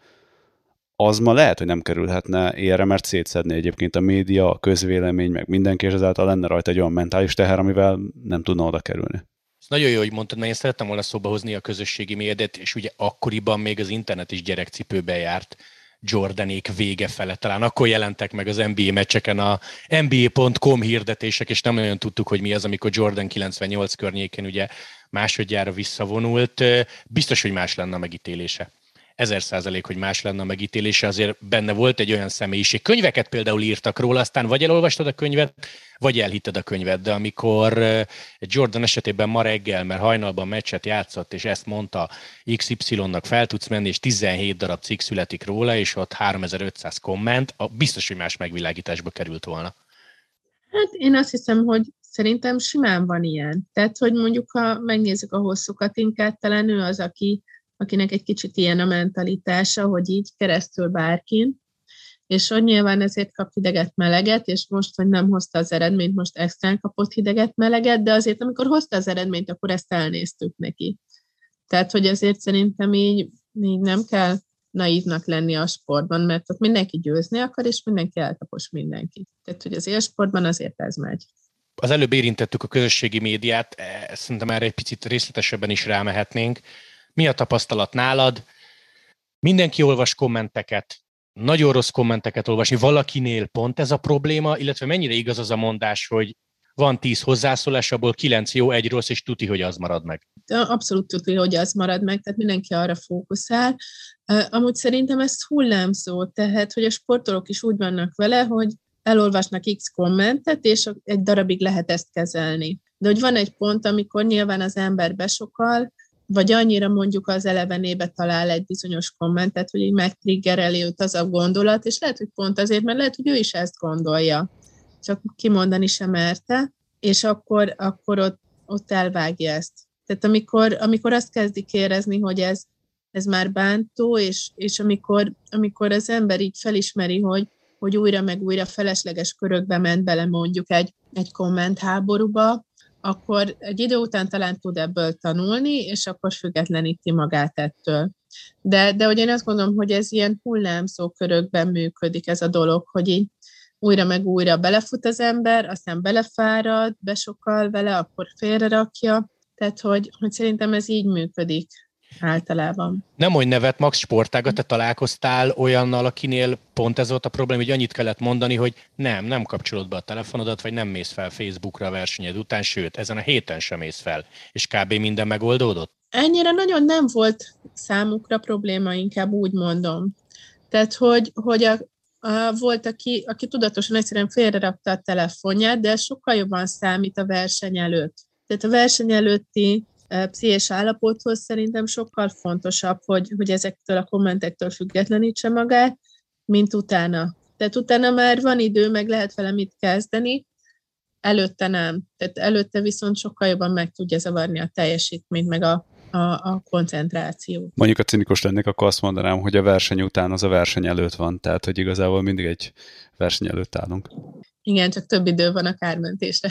az ma lehet, hogy nem kerülhetne ilyenre, mert szétszedné egyébként a média, a közvélemény, meg mindenki, és ezáltal lenne rajta egy olyan mentális teher, amivel nem tudna oda kerülni. Ez nagyon jó, hogy mondtad, mert én szerettem volna szóba hozni a közösségi médiát, és ugye akkoriban még az internet is gyerekcipőben járt, Jordanék vége fele. Talán akkor jelentek meg az en bé á meccseken a en bé á pont com hirdetések, és nem nagyon tudtuk, hogy mi az, amikor Jordan kilencvennyolc környékén ugye másodjára visszavonult. Biztos, hogy más lenne a megítélése. Ezer százalék, hogy más lenne a megítélése, azért benne volt egy olyan személyiség. Könyveket például írtak róla, aztán vagy elolvastad a könyvet, vagy elhitted a könyvet, de amikor Jordan esetében ma reggel, mert hajnalban meccset játszott, és ezt mondta iksz ipszilonnak fel tudsz menni, és tizenhét darab cikk születik róla, és ott háromezer-ötszáz komment, biztos, hogy más megvilágításba került volna. Hát én azt hiszem, hogy szerintem simán van ilyen. Tehát, hogy mondjuk, ha megnézzük a hosszú Katinkát, talán ő az, aki akinek egy kicsit ilyen a mentalitása, hogy így keresztül bárkin, és hogy nyilván ezért kap hideget-meleget, és most, hogy nem hozta az eredményt, most extrán kapott hideget-meleget, de azért, amikor hozta az eredményt, akkor ezt elnéztük neki. Tehát, hogy azért szerintem így, így nem kell naívnak lenni a sportban, mert ott mindenki győzni akar, és mindenki eltapos mindenkit. Tehát, hogy az élsportban azért ez megy. Az előbb érintettük a közösségi médiát, szerintem erre egy picit részletesebben is rámehetnénk. Mi a tapasztalat nálad? Mindenki olvas kommenteket, nagyon rossz kommenteket olvasni, valakinél pont ez a probléma, illetve mennyire igaz az a mondás, hogy van tíz hozzászólás, abból kilenc jó, egy rossz, és tuti, hogy az marad meg. Abszolút tuti, hogy az marad meg, tehát mindenki arra fókuszál. Amúgy szerintem ez hullámzó, tehát hogy a sportolók is úgy vannak vele, hogy elolvasnak X kommentet, és egy darabig lehet ezt kezelni. De hogy van egy pont, amikor nyilván az ember besokal, vagy annyira mondjuk az elevenébe talál egy bizonyos kommentet, hogy így megtriggereli őt az a gondolat, és lehet, hogy pont azért, mert lehet, hogy ő is ezt gondolja, csak kimondani sem merte, és akkor, akkor ott, ott elvágja ezt. Tehát amikor, amikor azt kezdik érezni, hogy ez, ez már bántó, és, és amikor, amikor az ember így felismeri, hogy, hogy újra meg újra felesleges körökbe ment bele mondjuk egy, egy kommentháborúba, akkor egy idő után talán tud ebből tanulni, és akkor függetleníti magát ettől. De, de hogy én azt gondolom, hogy ez ilyen hullámzó körökben működik ez a dolog, hogy így újra meg újra belefut az ember, aztán belefárad, besokkal vele, akkor félrerakja. Tehát, hogy, hogy szerintem ez így működik általában. Nem mondj nevet, Max Sportága, te találkoztál olyannal, akinél pont ez volt a probléma, hogy annyit kellett mondani, hogy nem, nem kapcsolod be a telefonodat, vagy nem mész fel Facebookra a versenyed után, sőt, ezen a héten sem mész fel, és kb. Minden megoldódott? Ennyire nagyon nem volt számukra probléma, inkább úgy mondom. Tehát, hogy, hogy a, a, volt, aki, aki tudatosan egyszerűen félrerakta a telefonját, de sokkal jobban számít a verseny előtt. Tehát a verseny előtti pszichés állapothoz szerintem sokkal fontosabb, hogy, hogy ezektől a kommentektől függetlenítse magát, mint utána. Tehát utána már van idő, meg lehet vele mit kezdeni, előtte nem. Tehát előtte viszont sokkal jobban meg tudja zavarni a teljesítményt, meg a, a, a koncentrációt. Mondjuk a cinikus lennék, akkor azt mondanám, hogy a verseny után az a verseny előtt van, tehát hogy igazából mindig egy verseny előtt állunk. Igen, csak több idő van a kármentésre.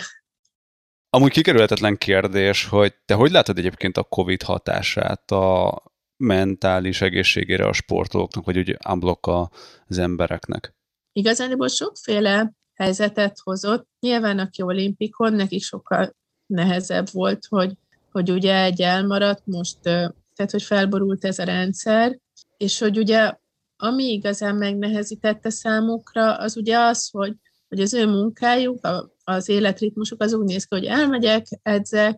Amúgy kikerülhetetlen kérdés, hogy te hogy látod egyébként a Covid hatását a mentális egészségére a sportolóknak, vagy úgy unblock az embereknek? Igazából sokféle helyzetet hozott. Nyilván aki olimpikon, neki sokkal nehezebb volt, hogy, hogy ugye egy elmaradt most, tehát hogy felborult ez a rendszer, és hogy ugye ami igazán megnehezítette számukra, az ugye az, hogy, hogy az ő munkájuk, az életritmusuk az úgy néz ki, hogy elmegyek, edzek,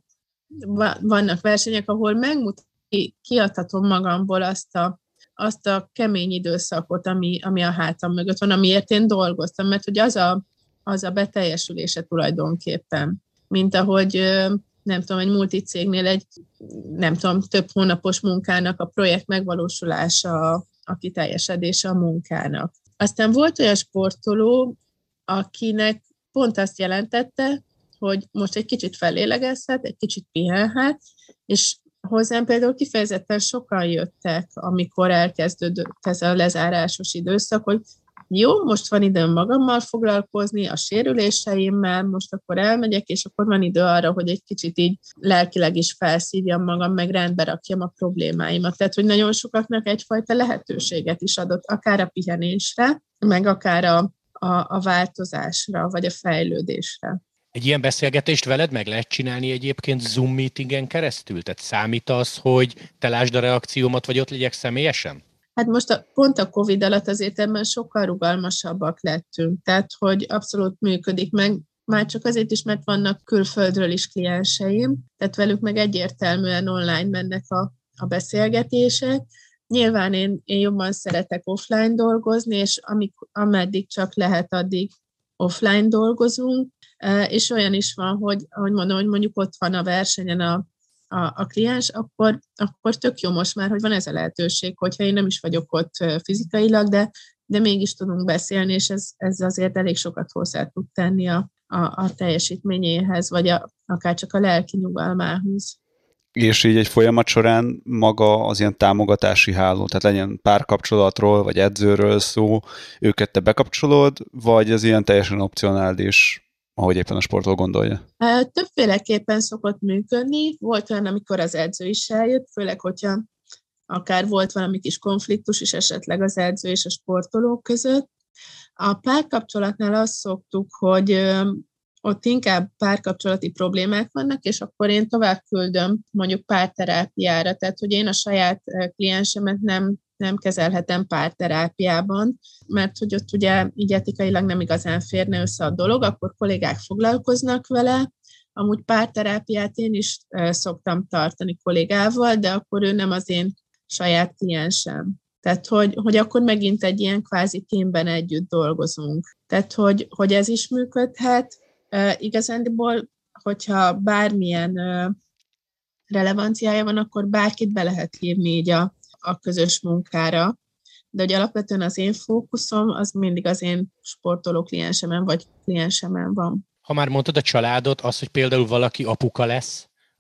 vannak versenyek, ahol megmutatom, kiadhatom magamból azt a, azt a kemény időszakot, ami, ami a hátam mögött van, amiért én dolgoztam, mert hogy az a, az a beteljesülése tulajdonképpen, mint ahogy nem tudom, egy multicégnél egy nem tudom, több hónapos munkának a projekt megvalósulása, a kiteljesedése a munkának. Aztán volt olyan sportoló, akinek pont azt jelentette, hogy most egy kicsit fellélegezhet, egy kicsit pihenhet, és hozzám például kifejezetten sokan jöttek, amikor elkezdődött ez a lezárásos időszak, hogy jó, most van időm magammal foglalkozni, a sérüléseimmel, most akkor elmegyek, és akkor van idő arra, hogy egy kicsit így lelkileg is felszívjam magam, meg rendbe rakjam a problémáimat. Tehát, hogy nagyon sokaknak egyfajta lehetőséget is adott, akár a pihenésre, meg akár a, a, a változásra, vagy a fejlődésre. Egy ilyen beszélgetést veled meg lehet csinálni egyébként Zoom meetingen keresztül? Tehát számít az, hogy te lásd a reakciómat, vagy ott legyek személyesen? Hát most a, pont a Covid alatt azért ebben sokkal rugalmasabbak lettünk, tehát hogy abszolút működik meg, már csak azért is, mert vannak külföldről is klienseim, tehát velük meg egyértelműen online mennek a, a beszélgetések. Nyilván én, én jobban szeretek offline dolgozni, és amik, ameddig csak lehet, addig offline dolgozunk, és olyan is van, hogy, ahogy mondom, hogy mondjuk ott van a versenyen a A, a kliens, akkor, akkor tök jó most már, hogy van ez a lehetőség, hogyha én nem is vagyok ott fizikailag, de, de mégis tudunk beszélni, és ez, ez azért elég sokat hozzá tud tenni a, a, a teljesítményéhez, vagy a, akár csak a lelki nyugalmához. És így egy folyamat során maga az ilyen támogatási háló, tehát legyen párkapcsolatról, vagy edzőről szó, őket te bekapcsolod, vagy ez ilyen teljesen opcionális, ahogy éppen a sportoló gondolja? Többféleképpen szokott működni. Volt olyan, amikor az edző is eljött, főleg, hogyha akár volt valami kis konfliktus is esetleg az edző és a sportolók között. A párkapcsolatnál azt szoktuk, hogy ott inkább párkapcsolati problémák vannak, és akkor én tovább küldöm mondjuk párterápiára, tehát hogy én a saját kliensemet nem nem kezelhetem párterápiában, mert hogy ott ugye így etikailag nem igazán férne össze a dolog, akkor kollégák foglalkoznak vele. Amúgy párterápiát én is szoktam tartani kollégával, de akkor ő nem az én saját kliensem. Tehát, hogy, hogy akkor megint egy ilyen kvázi teamben együtt dolgozunk. Tehát, hogy, hogy ez is működhet. Igazándiból, hogyha bármilyen relevanciája van, akkor bárkit be lehet hívni így a a közös munkára, de hogy alapvetően az én fókuszom az mindig az én sportoló kliensemen vagy kliensemen van. Ha már mondtad a családot, az, hogy például valaki apuka lesz,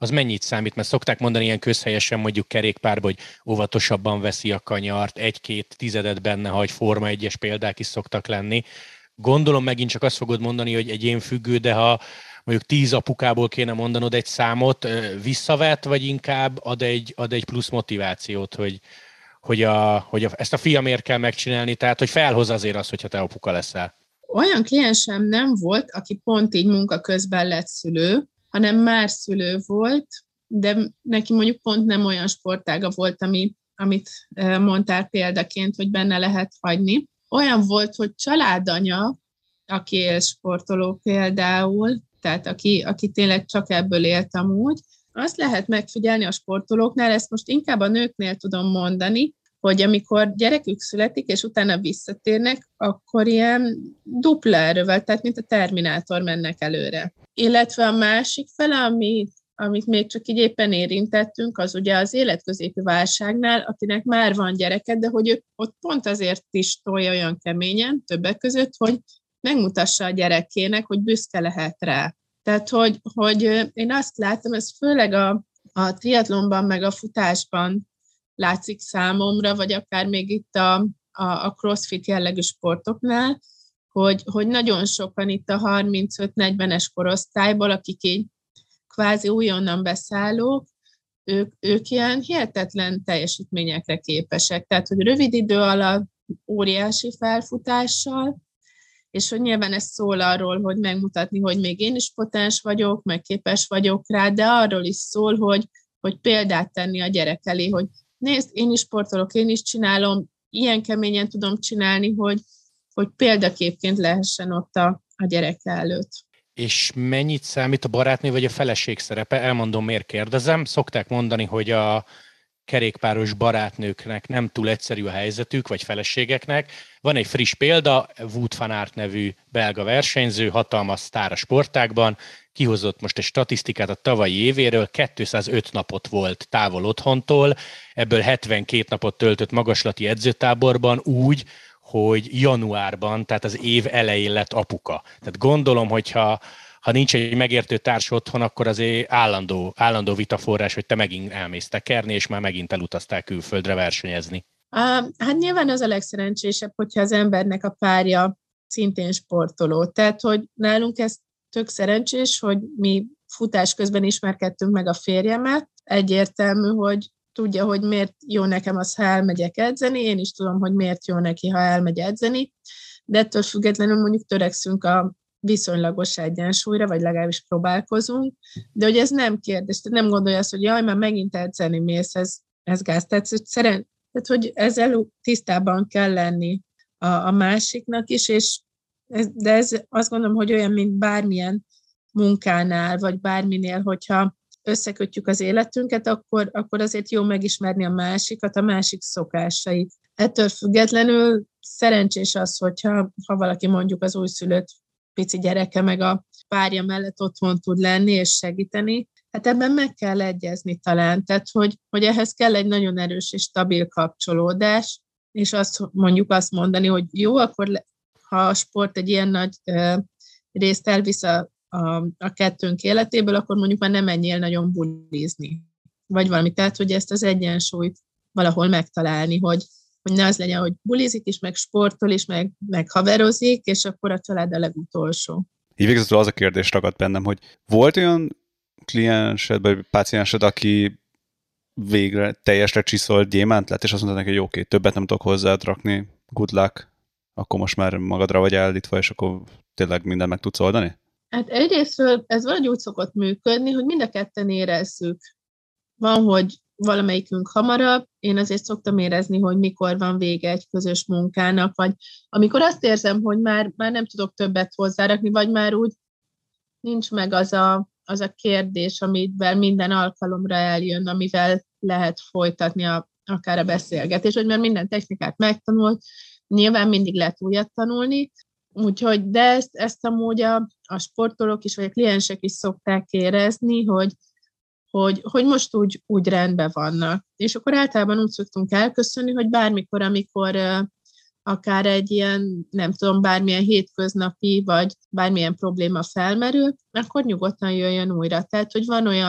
az mennyit számít? Mert szokták mondani ilyen közhelyesen mondjuk kerékpárba, hogy óvatosabban veszi a kanyart, egy-két tizedet benne hagy, Forma egyes példák is szoktak lenni. Gondolom megint csak azt fogod mondani, hogy egyénfüggő, de ha mondjuk tíz apukából kéne mondanod egy számot, visszavet, vagy inkább ad egy, ad egy plusz motivációt, hogy, hogy, a, hogy a, ezt a fiamért kell megcsinálni, tehát hogy felhoz azért az, hogyha te apuka leszel. Olyan kliensem nem volt, aki pont így munka közben lett szülő, hanem már szülő volt, de neki mondjuk pont nem olyan sportága volt, ami, amit mondtál példaként, hogy benne lehet hagyni. Olyan volt, hogy családanya, aki élsportoló például, tehát aki, aki tényleg csak ebből élt amúgy, azt lehet megfigyelni a sportolóknál, ezt most inkább a nőknél tudom mondani, hogy amikor gyerekük születik, és utána visszatérnek, akkor ilyen dupla erővel, tehát mint a Terminátor mennek előre. Illetve a másik fele, ami, amit még csak így éppen érintettünk, az ugye az életközépi válságnál, akinek már van gyereke, de hogy ő ott pont azért is tolja olyan keményen, többek között, hogy megmutassa a gyerekének, hogy büszke lehet rá. Tehát, hogy, hogy én azt látom, ez főleg a, a triatlonban, meg a futásban látszik számomra, vagy akár még itt a, a, a crossfit jellegű sportoknál, hogy, hogy nagyon sokan itt a harmincöt-negyvenes korosztályból, akik így kvázi újonnan beszállók, ők, ők ilyen hihetetlen teljesítményekre képesek. Tehát, hogy rövid idő alatt óriási felfutással, és hogy nyilván ez szól arról, hogy megmutatni, hogy még én is potens vagyok, meg képes vagyok rá, de arról is szól, hogy, hogy példát tenni a gyerek elé, hogy nézd, én is sportolok, én is csinálom, ilyen keményen tudom csinálni, hogy, hogy példaképként lehessen ott a, a gyerek előtt. És mennyit számít a barátnő vagy a feleség szerepe? Elmondom, miért kérdezem. Szokták mondani, hogy a kerékpáros barátnőknek nem túl egyszerű a helyzetük, vagy feleségeknek. Van egy friss példa, Wout van Aert nevű belga versenyző, hatalmas sztár a sportágban, kihozott most egy statisztikát a tavalyi évéről, kétszázöt napot volt távol otthontól, ebből hetvenkét napot töltött magaslati edzőtáborban úgy, hogy januárban, tehát az év elején lett apuka. Tehát gondolom, hogyha ha nincs egy megértő társ otthon, akkor azért állandó, állandó vitaforrás, hogy te megint elmész tekerni, és már megint elutaztál külföldre versenyezni. A, hát nyilván az a legszerencsésebb, hogyha az embernek a párja szintén sportoló. Tehát, hogy nálunk ez tök szerencsés, hogy mi futás közben ismerkedtünk meg a férjemmel. Egyértelmű, hogy tudja, hogy miért jó nekem az, ha elmegyek edzeni, én is tudom, hogy miért jó neki, ha elmegy edzeni, de ettől függetlenül mondjuk törekszünk a viszonylagos egyensúlyra, vagy legalábbis próbálkozunk, de hogy ez nem kérdés, tehát nem gondolja azt, hogy jaj, már megint edzeni mész, ez, ez gáz. Tehát, hogy szeren, tehát, hogy ezzel tisztában kell lenni a, a másiknak is, és ez, de ez azt gondolom, hogy olyan, mint bármilyen munkánál, vagy bárminél, hogyha összekötjük az életünket, akkor, akkor azért jó megismerni a másikat, a másik szokásait. Ettől függetlenül szerencsés az, hogyha ha valaki mondjuk az újszülött pici gyereke meg a párja mellett otthon tud lenni és segíteni, hát ebben meg kell egyezni talán, tehát hogy, hogy ehhez kell egy nagyon erős és stabil kapcsolódás, és azt mondjuk azt mondani, hogy jó, akkor le, ha a sport egy ilyen nagy ö, részt elvisz a, a, a kettőnk életéből, akkor mondjuk már nem menjél nagyon bulizni, vagy valami, tehát hogy ezt az egyensúlyt valahol megtalálni, hogy hogy ne az legyen, hogy bulizik is, meg sportol is, meg, meg haverozik, és akkor a család a legutolsó. Így végezetül az a kérdés ragadt bennem, hogy volt olyan kliensed, vagy páciensed, aki végre teljesre csiszolt gyémánt lett, és azt mondta neki, hogy oké, többet nem tudok hozzád rakni, good luck, akkor most már magadra vagy állítva, és akkor tényleg mindent meg tudsz oldani? Hát egyrésztről ez valahogy úgy szokott működni, hogy mind a ketten érezzük. Van, hogy valamelyikünk hamarabb, én azért szoktam érezni, hogy mikor van vége egy közös munkának, vagy amikor azt érzem, hogy már, már nem tudok többet hozzárakni, vagy már úgy nincs meg az a, az a kérdés, amivel minden alkalomra eljön, amivel lehet folytatni a, akár a beszélgetés, hogy már minden technikát megtanult, nyilván mindig lehet újat tanulni, úgyhogy, de ezt, ezt amúgy a, a sportolók is, vagy a kliensek is szokták érezni, hogy Hogy, hogy most úgy, úgy rendben vannak. És akkor általában úgy szoktunk elköszönni, hogy bármikor, amikor uh, akár egy ilyen, nem tudom, bármilyen hétköznapi, vagy bármilyen probléma felmerül, akkor nyugodtan jöjjön újra. Tehát, hogy van olyan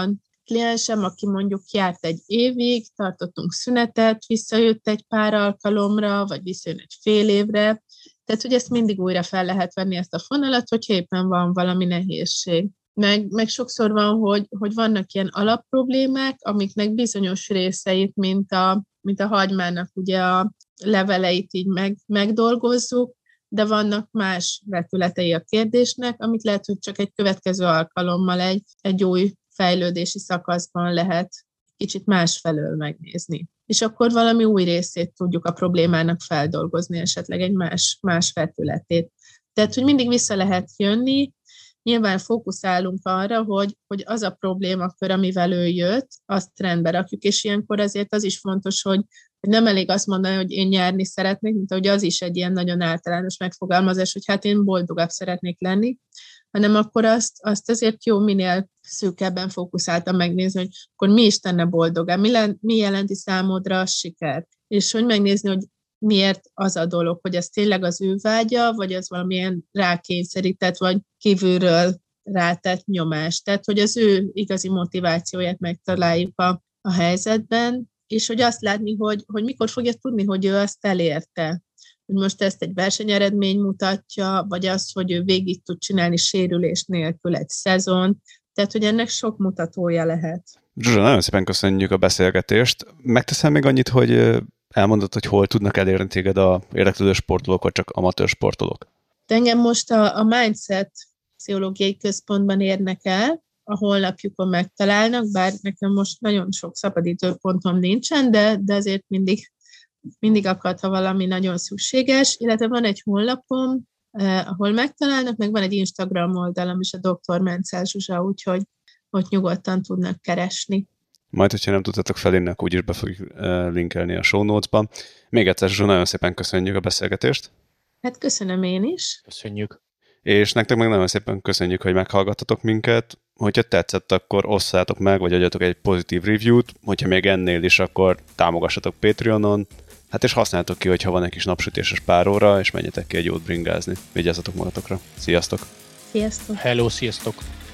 kliensem, aki mondjuk járt egy évig, tartottunk szünetet, visszajött egy pár alkalomra, vagy visszajön egy fél évre. Tehát, hogy ezt mindig újra fel lehet venni, ezt a fonalat, hogyha éppen van valami nehézség. Meg, meg sokszor van, hogy, hogy vannak ilyen alapproblémák, amiknek bizonyos részeit, mint a, mint a hagymának ugye a leveleit így meg, megdolgozzuk, de vannak más vetületei a kérdésnek, amit lehet, hogy csak egy következő alkalommal egy, egy új fejlődési szakaszban lehet kicsit másfelől megnézni. És akkor valami új részét tudjuk a problémának feldolgozni, esetleg egy más, más vetületét. Tehát, hogy mindig vissza lehet jönni, nyilván fókuszálunk arra, hogy, hogy az a problémakör, amivel ő jött, azt rendbe rakjuk, és ilyenkor azért az is fontos, hogy, hogy nem elég azt mondani, hogy én nyerni szeretnék, mint ahogy az is egy ilyen nagyon általános megfogalmazás, hogy hát én boldogabb szeretnék lenni, hanem akkor azt, azt azért jó minél szűkebben fókuszáltam megnézni, hogy akkor mi is tenne boldogá, mi, len, mi jelenti számodra a siker, és hogy megnézni, hogy miért az a dolog, hogy ez tényleg az ő vágya, vagy az valamilyen rákényszerített, vagy kívülről rátett nyomás. Tehát, hogy az ő igazi motivációját megtaláljuk a, a helyzetben, és hogy azt látni, hogy, hogy mikor fogja tudni, hogy ő azt elérte. Hogy most ezt egy versenyeredmény mutatja, vagy az, hogy ő végig tud csinálni sérülés nélkül egy szezon. Tehát, hogy ennek sok mutatója lehet. Zsuzsa, nagyon szépen köszönjük a beszélgetést. Megteszem még annyit, hogy elmondod, hogy hol tudnak elérni téged a érdeklődő sportolók, vagy csak amatőr sportolók? De engem most a, a Mindset Pszichológiai Központban érnek el, a honlapjukon megtalálnak, bár nekem most nagyon sok szabadidőpontom nincsen, de, de azért mindig, mindig akad, ha valami nagyon szükséges. Illetve van egy honlapom, eh, ahol megtalálnak, meg van egy Instagram oldalam is, a doktor Mencel Zsuzsa, úgyhogy ott nyugodtan tudnak keresni. Majd, hogyha nem tudtatok felinni, akkor úgyis be fogjuk linkelni a show notes-ban. Még egyszer, Zsuzsa, nagyon szépen köszönjük a beszélgetést. Hát köszönöm én is. Köszönjük. És nektek meg nagyon szépen köszönjük, hogy meghallgattatok minket. Hogyha tetszett, akkor osszátok meg, vagy adjatok egy pozitív review-t. Hogyha még ennél is, akkor támogassatok Patreonon. Hát és használtok ki, hogyha van egy kis napsütéses pár óra, és menjetek ki egy jót bringázni. Vigyázzatok magatokra. Sziasztok! Sziasztok! Hello, sziasztok!